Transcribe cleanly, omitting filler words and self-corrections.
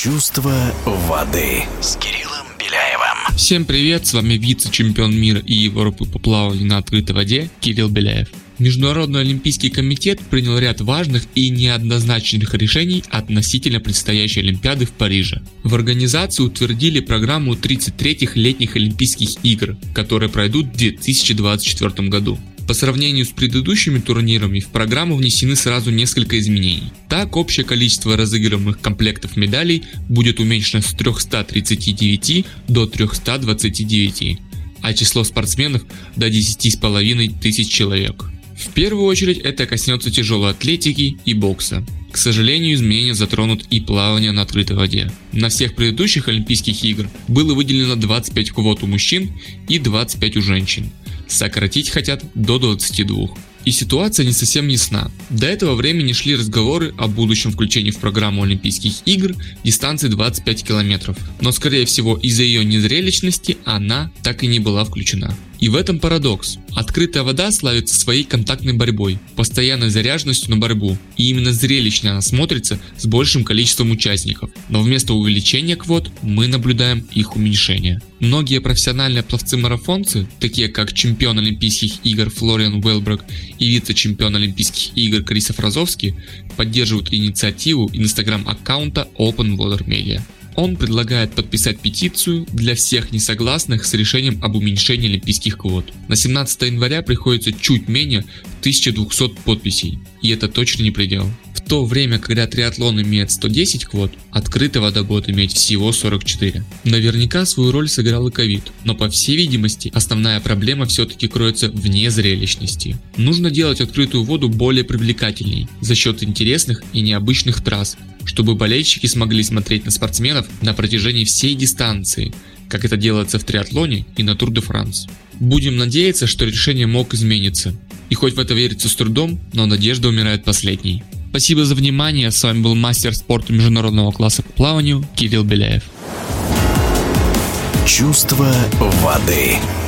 Чувство воды с Кириллом Беляевым. Всем привет, с вами вице-чемпион мира и Европы по плаванию на открытой воде Кирилл Беляев. Международный олимпийский комитет принял ряд важных и неоднозначных решений относительно предстоящей Олимпиады в Париже. В организации утвердили программу 33-х летних Олимпийских игр, которые пройдут в 2024 году. По сравнению с предыдущими турнирами в программу внесены сразу несколько изменений. Так, общее количество разыгрываемых комплектов медалей будет уменьшено с 339 до 329, а число спортсменов до 10,5 тысяч человек. В первую очередь это коснется тяжелой атлетики и бокса. К сожалению, изменения затронут и плавание на открытой воде. На всех предыдущих Олимпийских игр было выделено 25 квот у мужчин и 25 у женщин. Сократить хотят до 22. И ситуация не совсем ясна. До этого времени шли разговоры о будущем включении в программу Олимпийских игр дистанции 25 километров. Но скорее всего из-за ее незрелищности она так и не была включена. И в этом парадокс. Открытая вода славится своей контактной борьбой, постоянной заряженностью на борьбу, и именно зрелищно она смотрится с большим количеством участников. Но вместо увеличения квот мы наблюдаем их уменьшение. Многие профессиональные пловцы-марафонцы, такие как чемпион Олимпийских игр Флориан Уэлброк и вице-чемпион Олимпийских игр Крисов Розовский, поддерживают инициативу инстаграм-аккаунта Open Water Media. Он предлагает подписать петицию для всех несогласных с решением об уменьшении олимпийских квот. На 17 января приходится чуть менее 1200 подписей, и это точно не предел. В то время, когда триатлон имеет 110 квот, открытая вода будет иметь всего 44. Наверняка свою роль сыграл и ковид, но по всей видимости основная проблема все-таки кроется в незрелищности. Нужно делать открытую воду более привлекательней за счет интересных и необычных трасс, чтобы болельщики смогли смотреть на спортсменов на протяжении всей дистанции, как это делается в триатлоне и на Тур де Франс. Будем надеяться, что решение МОК изменится. И хоть в это верится с трудом, но надежда умирает последней. Спасибо за внимание, с вами был мастер спорта международного класса по плаванию Кирилл Беляев. Чувство воды.